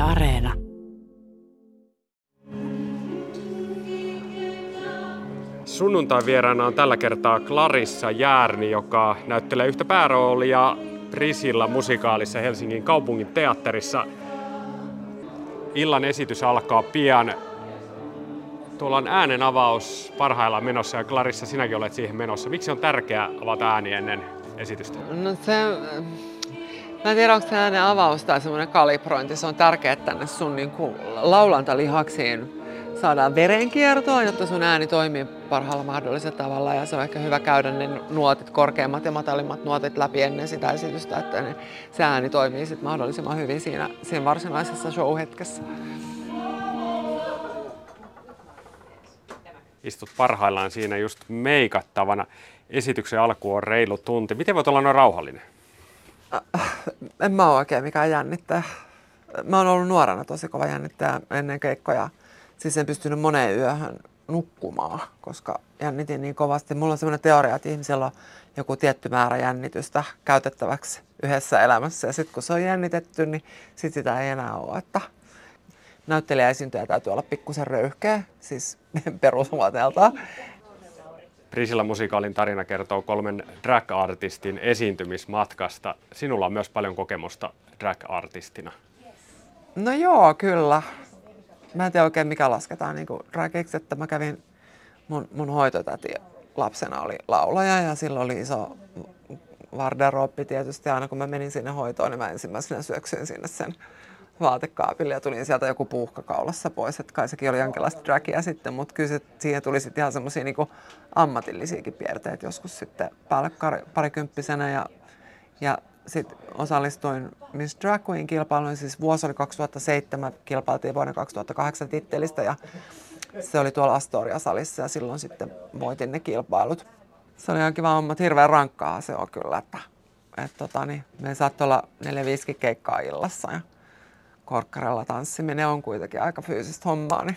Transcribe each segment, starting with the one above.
Areena. Sunnuntain vieraana on tällä kertaa Clarissa Jäärni, joka näyttelee yhtä pääroolia Prisilla musikaalissa Helsingin kaupungin teatterissa. Illan esitys alkaa pian. Tuolla on äänen avaus parhaillaan menossa ja Clarissa, sinäkin olet siihen menossa. Miksi on tärkeää avata ääni ennen esitystä? No mä en tiedä, onko se äänen avaus tai semmoinen kalibrointi. Se on tärkeää, että tänne sun laulantalihaksiin saadaan verenkiertoa, jotta sun ääni toimii parhaalla mahdollisella tavalla. Ja se on ehkä hyvä käydä ne nuotit, korkeimmat ja matalimmat nuotit läpi ennen sitä esitystä, että se ääni toimii sit mahdollisimman hyvin siinä varsinaisessa show-hetkessä. Istut parhaillaan siinä just meikattavana. Esityksen alku on reilu tunti. Miten voit olla noin rauhallinen? En mä ole oikein mikään jännittäjä. Mä oon ollut nuorena tosi kova jännittäjä ennen keikkoja. Siis en pystynyt moneen yöhön nukkumaan, koska jännitin niin kovasti. Mulla on sellainen teoria, että ihmisellä on joku tietty määrä jännitystä käytettäväksi yhdessä elämässä. Ja sitten kun se on jännitetty, niin sit sitä ei enää ole. Että näyttelijä-esiintyjä täytyy olla pikkusen röyhkeä, siis perusluonteeltaan. Prisilla musikaalin tarina kertoo 3 drag-artistin esiintymismatkasta. Sinulla on myös paljon kokemusta drag-artistina. No joo, kyllä. Mä en tiedä oikein mikä lasketaan niin dragiksi, että mä kävin, mun hoitotäti lapsena oli laulaja ja silloin oli iso varderooppi tietysti. Aina kun mä menin sinne hoitoon, niin mä ensimmäisenä syöksyin sinne sen vaatekaapille ja tulin sieltä joku puuhka kaulassa pois. Että kai sekin oli jonkinlaista dragia sitten, mutta kyllä siihen tuli sitten ihan semmoisia niin ammatillisiakin piirteitä joskus sitten päälle parikymppisenä ja sitten osallistuin Miss Drag Queen -kilpailuun, siis vuosi oli 2007, kilpailtiin vuoden 2008 tittelistä ja se oli tuolla Astoria-salissa ja silloin sitten voitin ne kilpailut. Se oli ihan kiva homma, hirveän rankkaa se on kyllä, että me saattoi olla 4-5 keikkaa illassa ja korkkarella tanssiminen on kuitenkin aika fyysistä hommaa.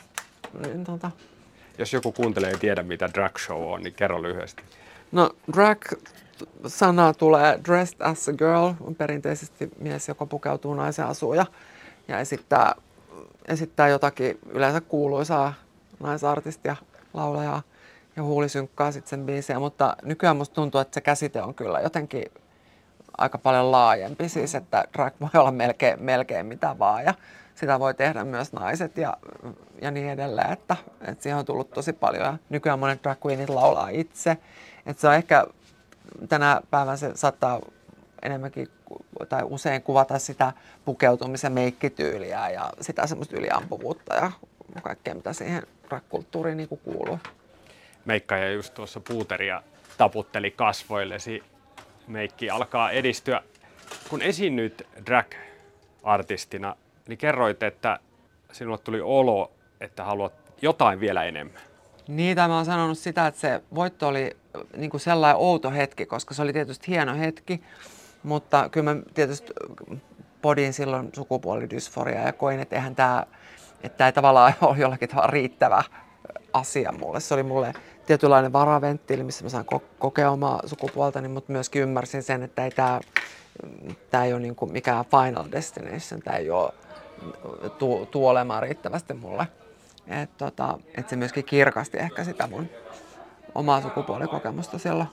Jos joku kuuntelee ei tiedä mitä drag show on, niin kerro lyhyesti. No drag-sana tulee dressed as a girl, on perinteisesti mies, joka pukeutuu naisen asuun ja esittää jotakin yleensä kuuluisaa naisartistia, laulajaa ja huulisynkkaa sitten sen biisiä, mutta nykyään musta tuntuu, että se käsite on kyllä jotenkin aika paljon laajempi, siis että drag voi olla melkein mitä vaan ja sitä voi tehdä myös naiset ja niin edelleen, että siihen on tullut tosi paljon ja nykyään monet drag queenit laulaa itse, että se on ehkä tänä päivänä se saattaa enemmänkin tai usein kuvata sitä pukeutumisen meikkityyliä ja sitä semmoista yliampuvuutta ja kaikkea mitä siihen drag-kulttuuriin niin kuin kuuluu. Meikkaaja just tuossa puuteria taputteli kasvoillesi. Meikki alkaa edistyä. Kun esiinnyt drag-artistina, niin kerroit, että sinulle tuli olo, että haluat jotain vielä enemmän. Niin, tai mä oon sanonut sitä, että se voitto oli niin kuin sellainen outo hetki, koska se oli tietysti hieno hetki, mutta kyllä mä tietysti podin silloin sukupuolidysforia ja koin, että eihän tämä ei tavallaan ole jollakin tavalla riittävä asia mulle. Se oli mulle tietynlainen varaventtiili, missä mä saan kokea omaa sukupuoltani, mutta myöskin ymmärsin sen, että tämä ei ole niin kuin mikään final destination, tämä ei ole tuu olemaan riittävästi mulle. Että se myöskin kirkasti ehkä sitä mun omaa sukupuolikokemusta silloin.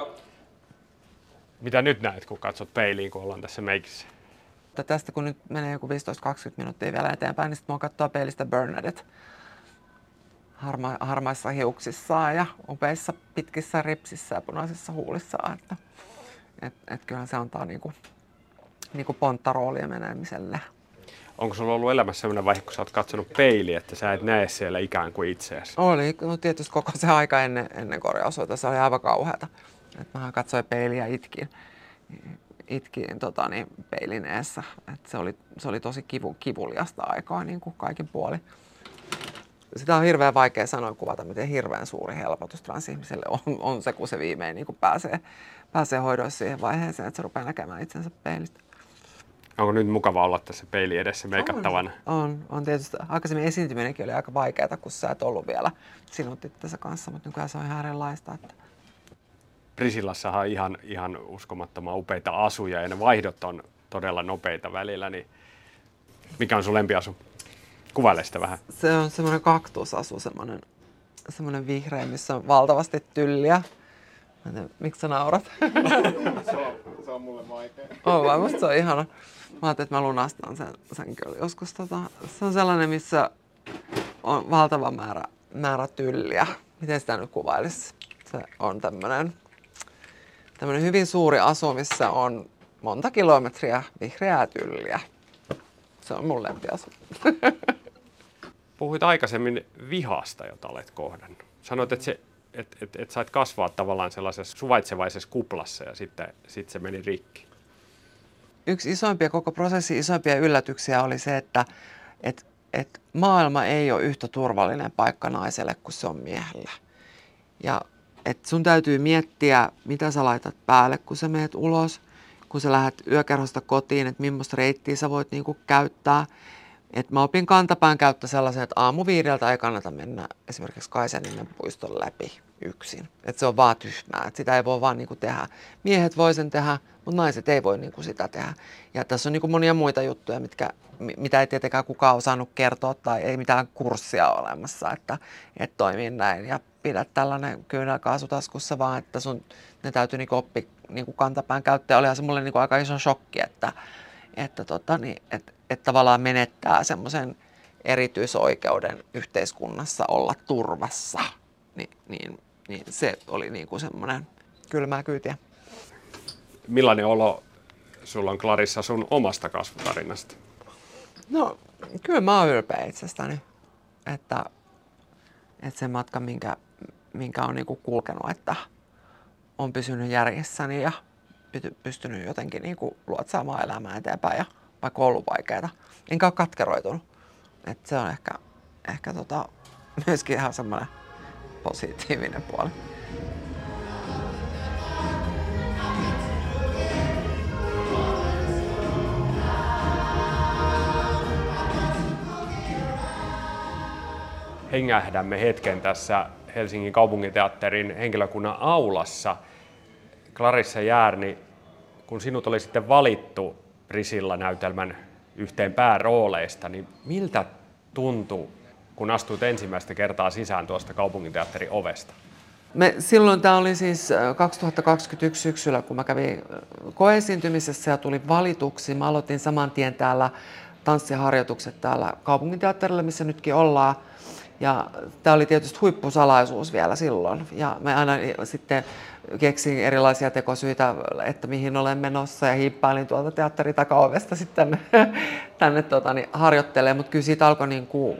Mitä nyt näet, kun katsot peiliin, kun ollaan tässä meikissä? Tästä kun nyt menee joku 15-20 minuuttia vielä eteenpäin, niin sitten mua katsoo peilistä Bernadette harmaissa hiuksissaan ja upeissa pitkissä ripsissä ja punaisissa huulissaan. Että kyllähän se antaa niinku ponttaroolia menemiselle. Onko sulla ollut elämässä sellainen vaihe, kun sä oot katsonut peiliin, että sä et näe siellä ikään kuin itseäsi? Oli, no tietysti koko se aika ennen korjausoita, se oli aivan kauheata. Mähän katsoin peiliä ja itkin peilin eessä. Se oli tosi kivuliasta aikaa niin kuin kaikin puolin. Sitä on hirveän vaikea sanoa kuvata, miten hirveän suuri helpotus transihmiselle on se, kun se viimein niin kuin pääsee hoidoissa siihen vaiheeseen, että se rupeaa näkemään itsensä peilistä. Onko nyt mukava olla tässä peili edessä meikattavana? On tietysti. Aikaisemmin esiintyminenkin oli aika vaikeaa, kun sä et ollut vielä sinut itsensä kanssa, mutta nykyään se on ihan erilaista. Että Prisillassahan on ihan uskomattoman upeita asuja ja ne vaihdot on todella nopeita välillä. Niin Mikä on sun lempiasu? Kuvaile sitä vähän. Se on semmoinen kaktusasu, semmoinen vihreä, missä on valtavasti tylliä. Miksi sä naurat? Se on mulle vaikea. Vai musta se on ihana. Mä ajattelin, että mä lunastan sen kyllä joskus. Se on sellainen, missä on valtava määrä tylliä. Miten sitä nyt kuvailisi? Se on tämmöinen hyvin suuri asu, missä on monta kilometriä vihreää tylliä. Se on mun lempiasu. Puhuit aikaisemmin vihasta, jota olet kohdannut. Sanoit, että sait kasvaa tavallaan sellaisessa suvaitsevaisessa kuplassa ja sitten se meni rikki. Yksi koko prosessin isoimpia yllätyksiä oli se, että maailma ei ole yhtä turvallinen paikka naiselle kuin se on miehellä. Ja että sun täytyy miettiä, mitä sä laitat päälle, kun sä menet ulos, kun sä lähdet yökerhosta kotiin, että millaista reittiä sä voit niinku käyttää. Et mä opin kantapään käyttö sellaisen, että aamu 5 ei kannata mennä esimerkiksi Kaisaniemen puiston läpi yksin. Et se on vaan tyhmää, että sitä ei voi vaan niinku tehdä. Miehet voi sen tehdä, mutta naiset ei voi niinku sitä tehdä. Ja tässä on niinku monia muita juttuja, mitä ei tietenkään kukaan osannut kertoa tai ei mitään kurssia olemassa, että toimii näin ja pidä tällainen kyynelkaasu taskussa, vaan että ne täytyy niinku oppia niinku kantapään käyttöä. Olihan se mulle niinku aika iso shokki, että tavallaan menettää semmoisen erityisoikeuden yhteiskunnassa olla turvassa. Niin se oli niinku semmoinen kylmää kyytiä. Millainen olo sulla on, Clarissa, sun omasta kasvutarinasta? No, kyllä mä oon ylpeä itsestäni, että se matka, minkä on niinku kulkenut, että on pysynyt järjessäni ja pystynyt jotenkin niinku luotsaamaan elämää eteenpäin, ja vaikka on ollut vaikeaa. Enkä ole katkeroitunut. Että se on ehkä myöskin ihan semmoinen positiivinen puoli. Hengähdämme hetken tässä Helsingin kaupunginteatterin henkilökunnan aulassa. Clarissa Jäärni, kun sinut oli sitten valittu Prisilla-näytelmän yhteen päärooleista, niin miltä tuntui, kun astuit ensimmäistä kertaa sisään tuosta kaupunginteatterin ovesta? Silloin tämä oli siis 2021 syksyllä, kun mä kävin koeesiintymisessä ja tulin valituksi. Mä aloitin saman tien täällä tanssiharjoitukset täällä kaupunginteatterilla, missä nytkin ollaan. Ja tämä oli tietysti huippusalaisuus vielä silloin. Ja mä aina sitten keksin erilaisia tekosyitä, että mihin olen menossa, ja hiippailin tuolta teatterin takaovesta sitten tänne harjoittelemaan. Mutta kyllä siitä alkoi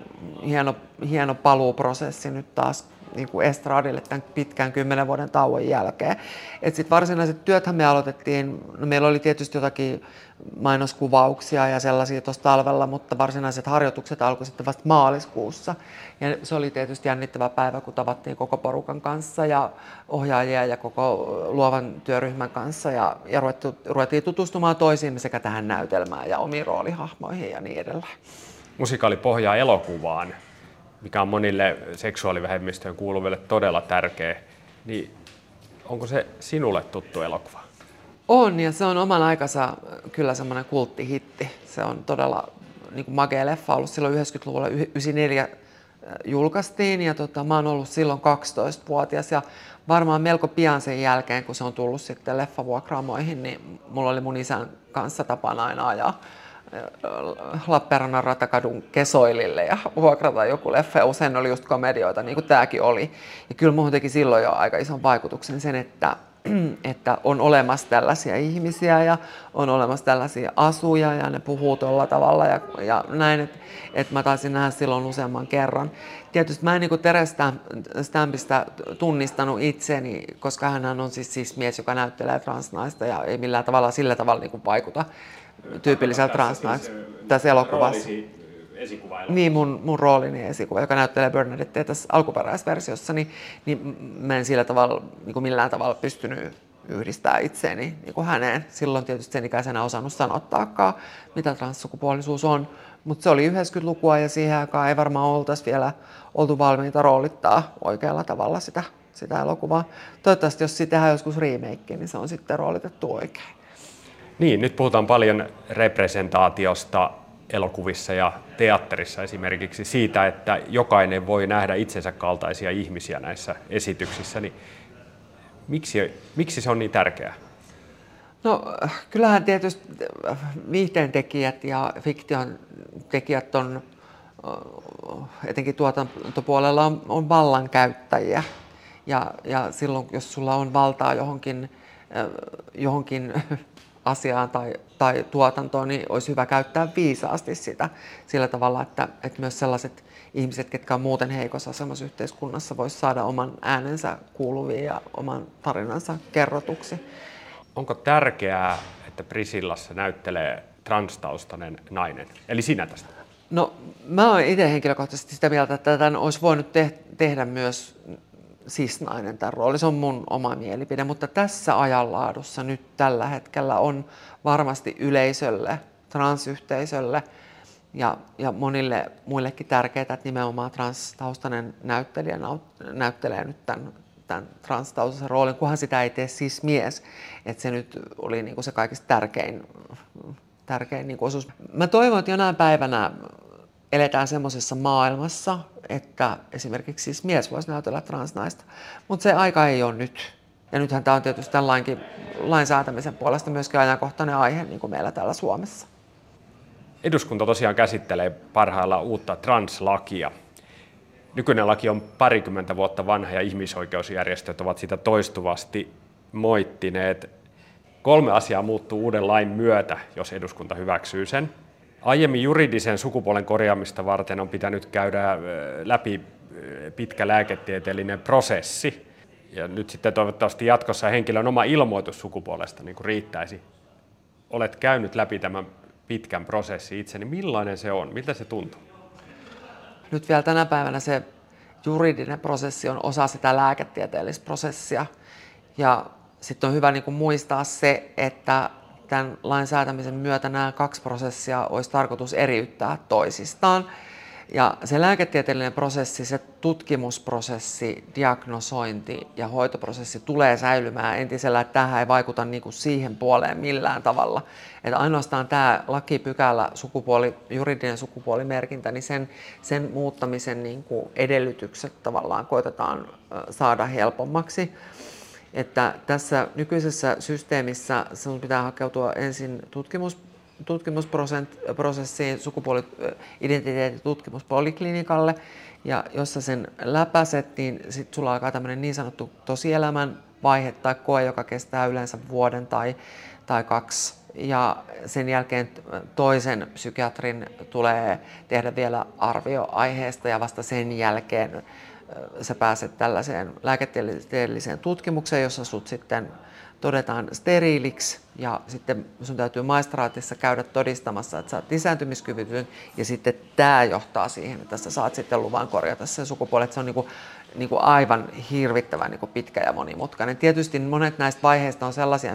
hieno paluuprosessi nyt taas estradille tämän pitkän 10 vuoden tauon jälkeen. Sitten varsinaiset työthän me aloitettiin, no meillä oli tietysti jotakin mainoskuvauksia ja sellaisia tuossa talvella, mutta varsinaiset harjoitukset alkoi sitten vasta maaliskuussa. Ja se oli tietysti jännittävä päivä, kun tavattiin koko porukan kanssa ja ohjaajia ja koko luovan työryhmän kanssa ja ruvettiin tutustumaan toisiimme sekä tähän näytelmään ja omiin roolihahmoihin ja niin edelleen. Musikaali pohjaa elokuvaan, mikä on monille seksuaalivähemmistöön kuuluville todella tärkeä, niin onko se sinulle tuttu elokuva? On, ja se on oman aikansa kyllä semmoinen kulttihitti. Se on todella magea leffa ollut silloin 90-luvulla, 1994 julkaistiin, ja mä oon ollut silloin 12-vuotias, ja varmaan melko pian sen jälkeen, kun se on tullut sitten leffavuokraamoihin, niin mulla oli mun isän kanssa tapana aina ajaa Lappeenrannan Ratakadun kesoilille ja vuokrata joku leffa, ja usein oli just komedioita, niin kuin tämäkin oli. Ja kyllä muhun teki silloin jo aika ison vaikutuksen sen, että on olemassa tällaisia ihmisiä ja on olemassa tällaisia asuja ja ne puhuu tuolla tavalla ja näin, että mä taisin nähdä silloin useamman kerran. Tietysti mä en niin kuin Tere Stampista tunnistanut itseni, koska hän on siis mies, joka näyttelee transnaista ja ei millään tavalla sillä tavalla niin kuin vaikuta tyypillisellä transnaista tässä elokuvassa. Niin, mun roolini esikuva, joka näyttelee Bernadettea tässä alkuperäisversiossa, niin mä en sillä tavalla, niin kuin millään tavalla pystynyt yhdistää itseäni niin kuin häneen. Silloin tietysti sen ikäisenä osannut sanottaakaan, mitä transsukupuolisuus on, mutta se oli 90-lukua ja siihen aikaan ei varmaan oltaisi vielä oltu valmiita roolittaa oikealla tavalla sitä elokuvaa. Toivottavasti jos siitä tehdään joskus remake, niin se on sitten roolitettu oikein. Niin, nyt puhutaan paljon representaatiosta elokuvissa ja teatterissa esimerkiksi siitä, että jokainen voi nähdä itsensä kaltaisia ihmisiä näissä esityksissä, niin miksi se on niin tärkeää? No kyllähän tietysti viihteen tekijät ja fiktion tekijät on, etenkin tuotantopuolella on vallankäyttäjiä. Ja silloin, jos sulla on valtaa johonkin asiaan tai tuotantoon, niin olisi hyvä käyttää viisaasti sitä sillä tavalla, että myös sellaiset ihmiset, ketkä on muuten heikossa asemassa yhteiskunnassa, voisi saada oman äänensä kuuluviin ja oman tarinansa kerrotuksi. Onko tärkeää, että Priscillassa näyttelee transtaustainen nainen, eli sinä tästä? No mä oon itse henkilökohtaisesti sitä mieltä, että tämän olisi voinut tehdä myös cis-nainen tämän rooli. Se on mun oma mielipide, mutta tässä ajanlaadussa nyt tällä hetkellä on varmasti yleisölle, transyhteisölle ja monille muillekin tärkeää, että nimenomaan transtaustainen näyttelijä näyttelee nyt tämän transtaustaisen roolin, kunhan sitä ei tee siis mies. Että se nyt oli niinku se kaikista tärkein niinku osuus. Mä toivon, että jonain päivänä eletään semmoisessa maailmassa, että esimerkiksi siis mies voisi näytellä transnaista, mutta se aika ei ole nyt. Ja nythän tämä on tietysti tämän lain säätämisen puolesta myöskin ajankohtainen aihe niin kuin meillä täällä Suomessa. Eduskunta tosiaan käsittelee parhaillaan uutta translakia. Nykyinen laki on 20 vuotta vanha ja ihmisoikeusjärjestöt ovat sitä toistuvasti moittineet. 3 asiaa muuttuu uuden lain myötä, jos eduskunta hyväksyy sen. Aiemmin juridisen sukupuolen korjaamista varten on pitänyt käydä läpi pitkä lääketieteellinen prosessi. Ja nyt sitten toivottavasti jatkossa henkilön oma ilmoitus sukupuolesta niin kuin riittäisi. Olet käynyt läpi tämän pitkän prosessin itse, niin millainen se on? Miltä se tuntuu? Nyt vielä tänä päivänä se juridinen prosessi on osa sitä lääketieteellistä prosessia. Ja sitten on hyvä niin kuin muistaa se, että tämän lain säätämisen myötä nämä 2 prosessia olisi tarkoitus eriyttää toisistaan. Ja se lääketieteellinen prosessi, se tutkimusprosessi, diagnosointi ja hoitoprosessi tulee säilymään entisellä, että tämähän ei vaikuta niin kuin siihen puoleen millään tavalla. Että ainoastaan tämä lakipykälä, juridinen sukupuolimerkintä, niin sen muuttamisen niin kuin edellytykset tavallaan koitetaan saada helpommaksi. Että tässä nykyisessä systeemissä sinun pitää hakeutua ensin tutkimusprosessiin sukupuoli-identiteetin tutkimuspoliklinikalle, ja jos sä sen läpäiset, niin sitten sulla alkaa tämmöinen niin sanottu tosielämän vaihe tai koe, joka kestää yleensä vuoden tai 2. Ja sen jälkeen toisen psykiatrin tulee tehdä vielä arvio aiheesta, ja vasta sen jälkeen sä pääset tällaiseen lääketieteelliseen tutkimukseen, jossa sut sitten todetaan steriiliksi, ja sitten sun täytyy maistraatissa käydä todistamassa, että sä oot lisääntymiskyvytön, ja sitten tämä johtaa siihen, että sä saat sitten luvan korjata sen sukupuolen. Se on niinku aivan hirvittävän niinku pitkä ja monimutkainen. Tietysti monet näistä vaiheista on sellaisia,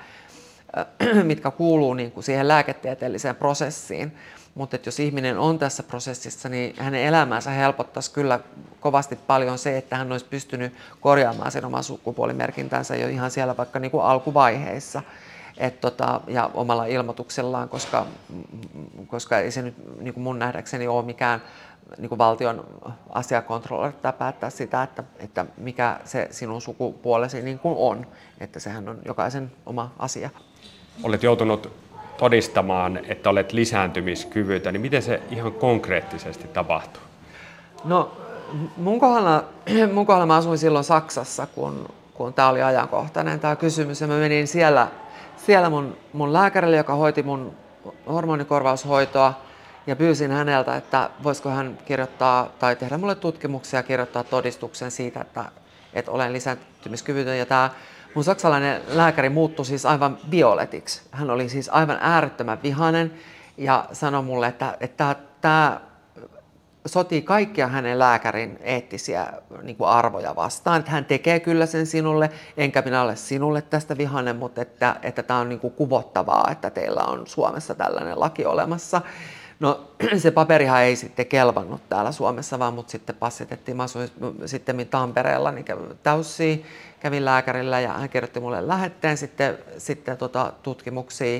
mitkä kuuluu niinku siihen lääketieteelliseen prosessiin, mutta jos ihminen on tässä prosessissa, niin hänen elämäänsä helpottaisi kyllä kovasti paljon se, että hän olisi pystynyt korjaamaan sen oman sukupuolimerkintänsä jo ihan siellä vaikka niin kuin alkuvaiheissa ja omalla ilmoituksellaan, koska ei se nyt niin kuin mun nähdäkseni ole mikään niin kuin valtion asiakontrolleri päättää sitä, että mikä se sinun sukupuolesi niin kuin on, että sehän on jokaisen oma asia. Olet joutunut todistamaan, että olet lisääntymiskyvytön, niin miten se ihan konkreettisesti tapahtuu? No mun kohdalla mä asuin silloin Saksassa, kun tämä oli ajankohtainen tämä kysymys, ja mä menin siellä mun lääkärille, joka hoiti mun hormonikorvaushoitoa, ja pyysin häneltä, että voisiko hän kirjoittaa tai tehdä mulle tutkimuksia ja kirjoittaa todistuksen siitä, että olen lisääntymiskyvytön. Ja tämä mun saksalainen lääkäri muuttui siis aivan violetiksi. Hän oli siis aivan äärettömän vihainen ja sanoi mulle, että tämä sotii kaikkia hänen lääkärin eettisiä niin kuin arvoja vastaan. Että hän tekee kyllä sen sinulle, enkä minä ole sinulle tästä vihainen, mutta että tämä on niin kuin kuvottavaa, että teillä on Suomessa tällainen laki olemassa. No se paperihan ei sitten kelvannut täällä Suomessa, vaan mut sitten passitettiin. Mä asuin sitten Tampereella, niin kävin lääkärillä ja hän kirjoitti mulle lähetteen sitten tutkimuksia.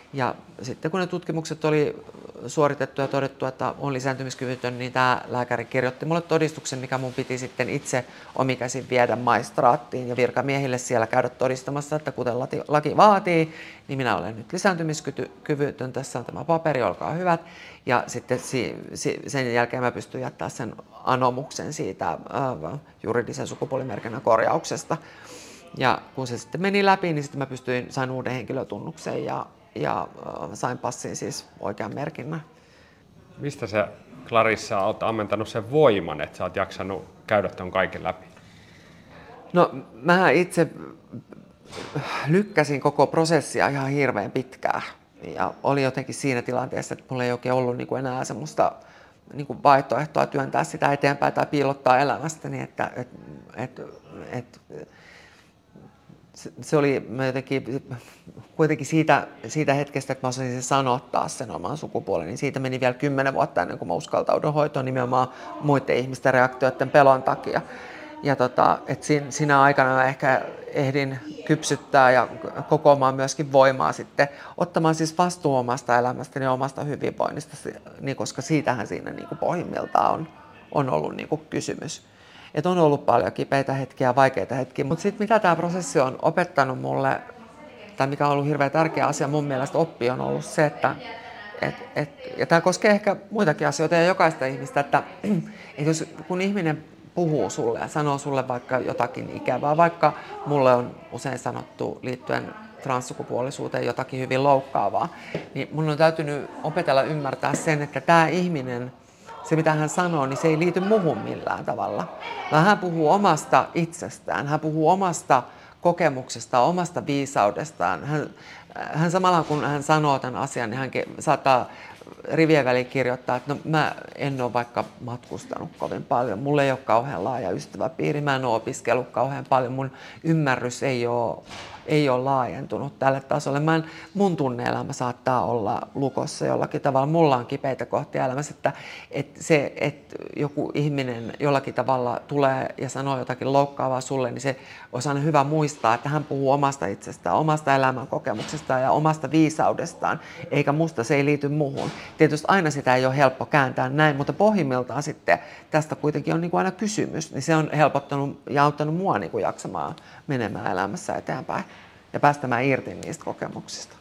Ja sitten kun ne tutkimukset oli suoritettu ja todettu, että on lisääntymiskyvytön, niin tämä lääkäri kirjoitti mulle todistuksen, mikä mun piti sitten itse omikäsin viedä maistraattiin ja virkamiehille siellä käydä todistamassa, että kuten laki vaatii, niin minä olen nyt lisääntymiskyvytön, tässä on tämä paperi, olkaa hyvät. Ja sitten sen jälkeen mä pystyn jättämään sen anomuksen siitä juridisen sukupuolimerkinnän korjauksesta. Ja kun se sitten meni läpi, niin sitten mä sain uuden henkilötunnuksen ja sain passiin siis oikean merkinnän. Mistä sä, Clarissa, oot ammentanut sen voiman, että sä oot jaksanut käydä ton kaiken läpi? No mä itse lykkäsin koko prosessia ihan hirveän pitkään. Ja oli jotenkin siinä tilanteessa, että mulla ei oikein ollut niin kuin enää semmoista niin kuin vaihtoehtoa työntää sitä eteenpäin tai piilottaa elämästäni, että se oli jotenkin, kuitenkin siitä hetkestä, että mä osasin sanottaa sen oman sukupuolen, niin siitä meni vielä 10 vuotta ennen kuin mä uskaltaudun hoitoon nimenomaan muiden ihmisten reaktioiden pelon takia. Ja että siinä aikana mä ehkä ehdin kypsyttää ja kokoamaan myöskin voimaa sitten, ottamaan siis vastuun omasta elämästäni ja omasta hyvinvoinnista, koska siitähän siinä niin kuin pohjimmiltaan on ollut niin kuin kysymys. Että on ollut paljon kipeitä hetkiä, vaikeita hetkiä, mutta sitten mitä tämä prosessi on opettanut mulle, tai mikä on ollut hirveän tärkeä asia mun mielestä oppia, on ollut se, ja tämä koskee ehkä muitakin asioita ja jokaista ihmistä, että kun ihminen puhuu sulle ja sanoo sulle vaikka jotakin ikävää, vaikka mulle on usein sanottu liittyen transsukupuolisuuteen jotakin hyvin loukkaavaa, niin mun on täytynyt opetella ymmärtää sen, että tämä ihminen, se mitä hän sanoo, niin se ei liity muhun millään tavalla, vaan hän puhuu omasta itsestään, hän puhuu omasta kokemuksestaan, omasta viisaudestaan. Hän samalla kun hän sanoo tämän asian, niin hän saattaa rivien väliin kirjoittaa, että no mä en ole vaikka matkustanut kovin paljon, mulla ei ole kauhean laaja ystäväpiiri, mä en ole opiskellut kauhean paljon, mun ymmärrys ei ole laajentunut tälle tasolle. Mun tunne-elämä saattaa olla lukossa jollakin tavalla, mulla on kipeitä kohtia elämässä, että joku ihminen jollakin tavalla tulee ja sanoo jotakin loukkaavaa sulle, niin se olisi aina hyvä muistaa, että hän puhuu omasta itsestään, omasta elämänkokemuksestaan ja omasta viisaudestaan, eikä musta se ei liity muuhun. Tietysti aina sitä ei ole helppo kääntää näin, mutta pohjimmiltaan sitten tästä kuitenkin on niin kuin aina kysymys, niin se on helpottanut ja auttanut mua niin kuin jaksamaan menemään elämässä eteenpäin ja päästämään irti niistä kokemuksista.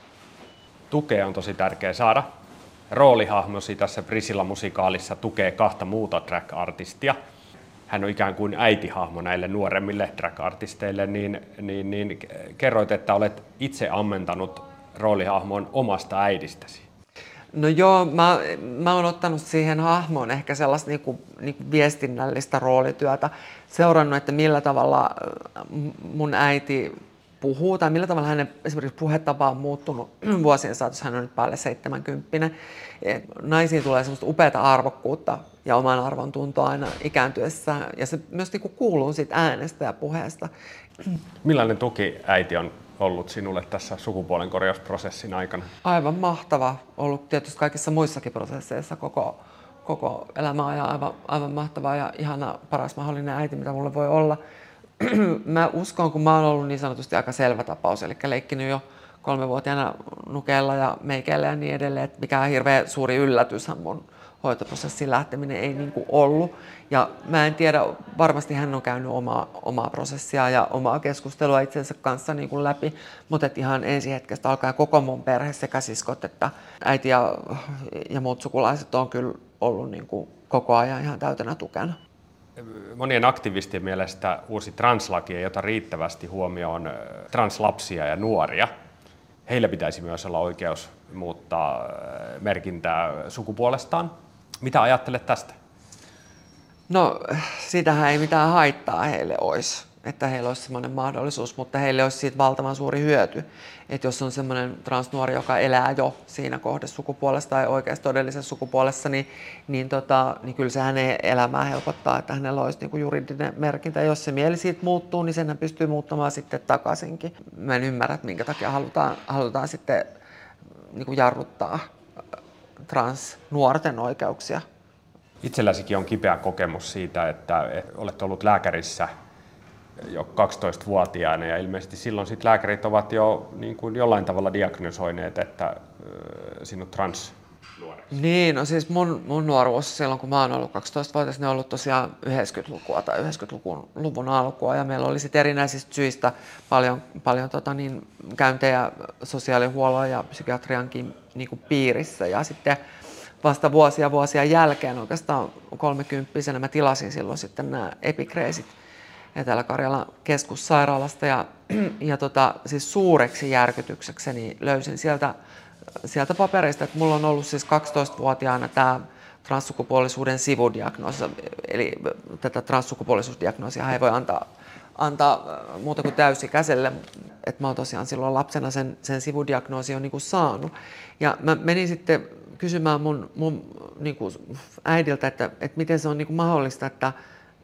Tukea on tosi tärkeä saada. Roolihahmosi tässä Priscilla-musikaalissa tukee 2 muuta drag-artistia. Hän on ikään kuin äitihahmo näille nuoremmille drag-artisteille, niin kerroit, että olet itse ammentanut roolihahmon omasta äidistäsi. No joo, mä oon ottanut siihen hahmoon ehkä sellaista niinku viestinnällistä roolityötä, seurannut, että millä tavalla mun äiti puhuu tai millä tavalla hänen esimerkiksi puhetapa on muuttunut vuosien saatossa, hän on nyt päälle 70. Naisiin tulee semmoista upeata arvokkuutta ja oman arvon tuntoa aina ikääntyessä ja se myös niinku kuuluu siitä äänestä ja puheesta. Millainen tuki äiti on ollut sinulle tässä sukupuolen korjausprosessin aikana? Aivan mahtava. Ollut tietysti kaikissa muissakin prosesseissa koko elämä ja aivan mahtava ja ihana, paras mahdollinen äiti, mitä mulle voi olla. Mä uskon, kun mä oon ollut niin sanotusti aika selvä tapaus, eli leikkinyt jo 3-vuotiaana nukeilla ja meikeillä ja niin edelleen, että mikään hirveän suuri yllätyshän mun hoitoprosessin lähteminen ei niin kuin ollut. Ja mä en tiedä, varmasti hän on käynyt omaa prosessia ja omaa keskustelua itsensä kanssa niin kuin läpi, mutta ihan ensi hetkestä alkaen koko mun perhe sekä siskot että äiti ja muut sukulaiset on kyllä ollut niin kuin koko ajan ihan täytenä tukena. Monien aktivistien mielestä uusi translaki ei ota riittävästi huomioon translapsia ja nuoria. Heillä pitäisi myös olla oikeus muuttaa merkintää sukupuolestaan. Mitä ajattelet tästä? No, siitähän ei mitään haittaa heille olisi, että heillä olisi sellainen mahdollisuus, mutta heille olisi siitä valtavan suuri hyöty. Että jos on sellainen transnuori, joka elää jo siinä kohdassa sukupuolessa tai oikeassa todellisessa sukupuolessa, niin kyllä se hänen elämää helpottaa, että hänellä olisi niin kuin juridinen merkintä. Ja jos se mieli siitä muuttuu, niin sen hän pystyy muuttamaan sitten takaisinkin. Mä en ymmärrä, että minkä takia halutaan sitten niin kuin jarruttaa transnuorten oikeuksia. Itselläsikin on kipeä kokemus siitä, että olet ollut lääkärissä jo 12-vuotiaana ja ilmeisesti silloin sit lääkärit ovat jo niin kuin jollain tavalla diagnosoineet, että sinut transnuoreksi. Niin, no siis mun nuoruus silloin, kun mä oon ollut 12-vuotias, ne on ollut tosiaan 90-lukua tai 90-luvun alkua ja meillä oli sitten erinäisistä syistä paljon käyntejä sosiaalihuollon ja psykiatriankin niin kuin piirissä ja sitten vasta vuosia jälkeen, oikeastaan 30-vuotiaana mä tilasin silloin sitten nämä epikreesit Etelä-Karjalan keskussairaalasta ja siis suureksi järkytyksekseni löysin sieltä papereista, että mulla on ollut siis 12-vuotiaana tämä transsukupuolisuuden sivudiagnoosi, eli tätä transsukupuolisuusdiagnoosia ei voi antaa muuta kuin täysikäiselle. Että mä oon tosiaan silloin lapsena sen sivudiagnoosin on niin kuin saanut. Ja mä menin sitten kysymään mun niin kuin äidiltä, että miten se on niin kuin mahdollista, että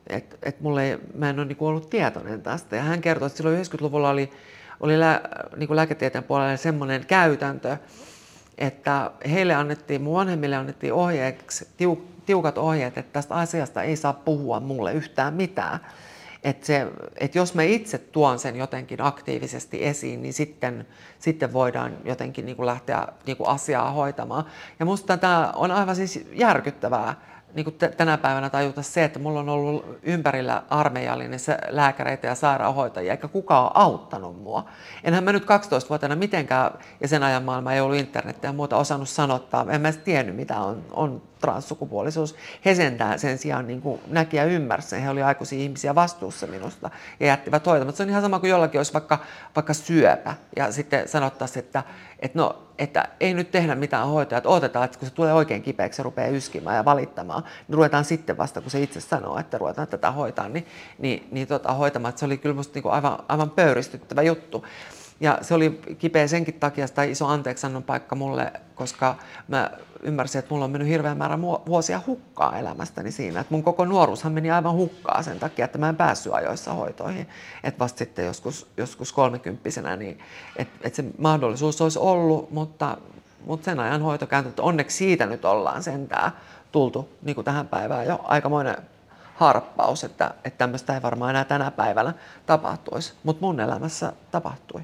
mä en ole niin kuin ollut tietoinen tästä. Ja hän kertoi, että silloin 90-luvulla oli niin kuin lääketieteen puolella semmoinen käytäntö, että mun vanhemmille annettiin tiukat ohjeet, että tästä asiasta ei saa puhua mulle yhtään mitään. Että jos mä itse tuon sen jotenkin aktiivisesti esiin, niin sitten voidaan jotenkin niin kuin lähteä niin kuin asiaa hoitamaan. Ja musta tämä on aivan siis järkyttävää niin kuin tänä päivänä tajuta se, että mulla on ollut ympärillä armeijallinen lääkäreitä ja sairaanhoitajia, eikä kukaan ole auttanut mua. Enhän mä nyt 12-vuotiaana mitenkään, ja sen ajan maailma ei ollut internetiä ja muuta osannut sanottaa, en mä edes tiennyt mitä on transsukupuolisuus. He sen sijaan niin kuin näki ja ymmärsi sen, he olivat aikuisia ihmisiä vastuussa minusta ja jättivät hoitamaan. Se on ihan sama kuin jollakin olisi vaikka syöpä ja sitten sanottaisiin, että ei nyt tehdä mitään hoitoa, että odotetaan, että kun se tulee oikein kipeäksi ja rupeaa yskimään ja valittamaan, niin ruvetaan sitten vasta, kun se itse sanoo, että ruvetaan tätä hoitaa, hoitamaan. Että se oli kyllä musta niin kuin aivan pöyristyttävä juttu. Ja se oli kipeä senkin takia sitä iso anteeksiannon paikka mulle, koska mä ymmärsin, että mulla on mennyt hirveän määrä vuosia hukkaa elämästäni siinä. Että mun koko nuoruushan meni aivan hukkaa sen takia, että mä en päässyt ajoissa hoitoihin. Että vasta sitten joskus 30-vuotiaana, niin että se mahdollisuus olisi ollut, mutta sen ajan hoitokäyntö, onneksi siitä nyt ollaan sentään tultu niin kuin tähän päivään jo aikamoinen harppaus, että tämmöistä ei varmaan enää tänä päivänä tapahtuisi, mutta mun elämässä tapahtui.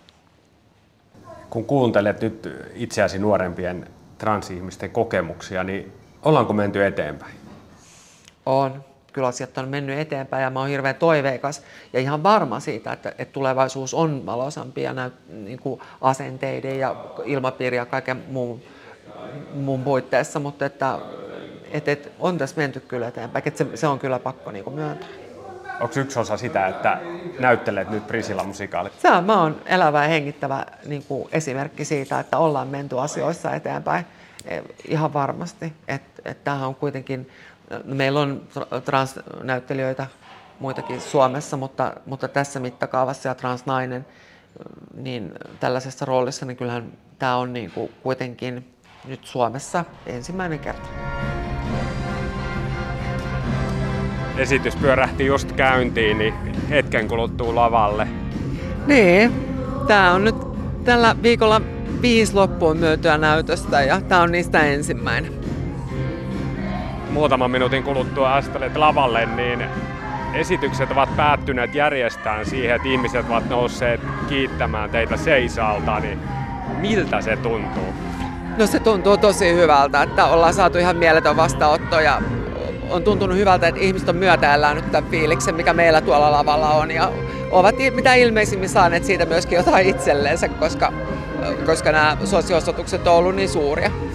Kun kuuntelet nyt itseäsi nuorempien transihmisten kokemuksia, niin ollaanko menty eteenpäin? On. Kyllä asiat on mennyt eteenpäin ja mä oon hirveän toiveikas ja ihan varma siitä, että tulevaisuus on valoisampi ja niin kuin asenteiden ja ilmapiiri ja kaiken muun puitteissa, mutta että on tässä menty kyllä eteenpäin, että se on kyllä pakko niin kuin myöntää. Onko yksi osa sitä, että näyttelet nyt Prisilla musikaalit? Mä oon elävä ja hengittävä niin kuin esimerkki siitä, että ollaan menty asioissa eteenpäin ihan varmasti. Tämähän on kuitenkin, meillä on transnäyttelijöitä muitakin Suomessa, mutta tässä mittakaavassa ja transnainen niin tällaisessa roolissa, niin kyllähän tämä on niin kuin kuitenkin nyt Suomessa ensimmäinen kerta. Esitys pyörähti just käyntiin, niin hetken kuluttua lavalle. Niin, tää on nyt tällä viikolla 5 loppuun myytyä näytöstä ja tää on niistä ensimmäinen. Muutaman minuutin kuluttua astelet lavalle, niin esitykset ovat päättyneet järjestään siihen, että ihmiset ovat nousseet kiittämään teitä seisalta, niin miltä se tuntuu? No se tuntuu tosi hyvältä, että ollaan saatu ihan mieletön vastaanotto ja on tuntunut hyvältä, että ihmiset on myötäillään nyt tämän fiiliksen, mikä meillä tuolla lavalla on. Ja ovat mitä ilmeisimmin saaneet siitä myöskin jotain itselleensä, koska nämä suosio-osoitukset on ollut niin suuria.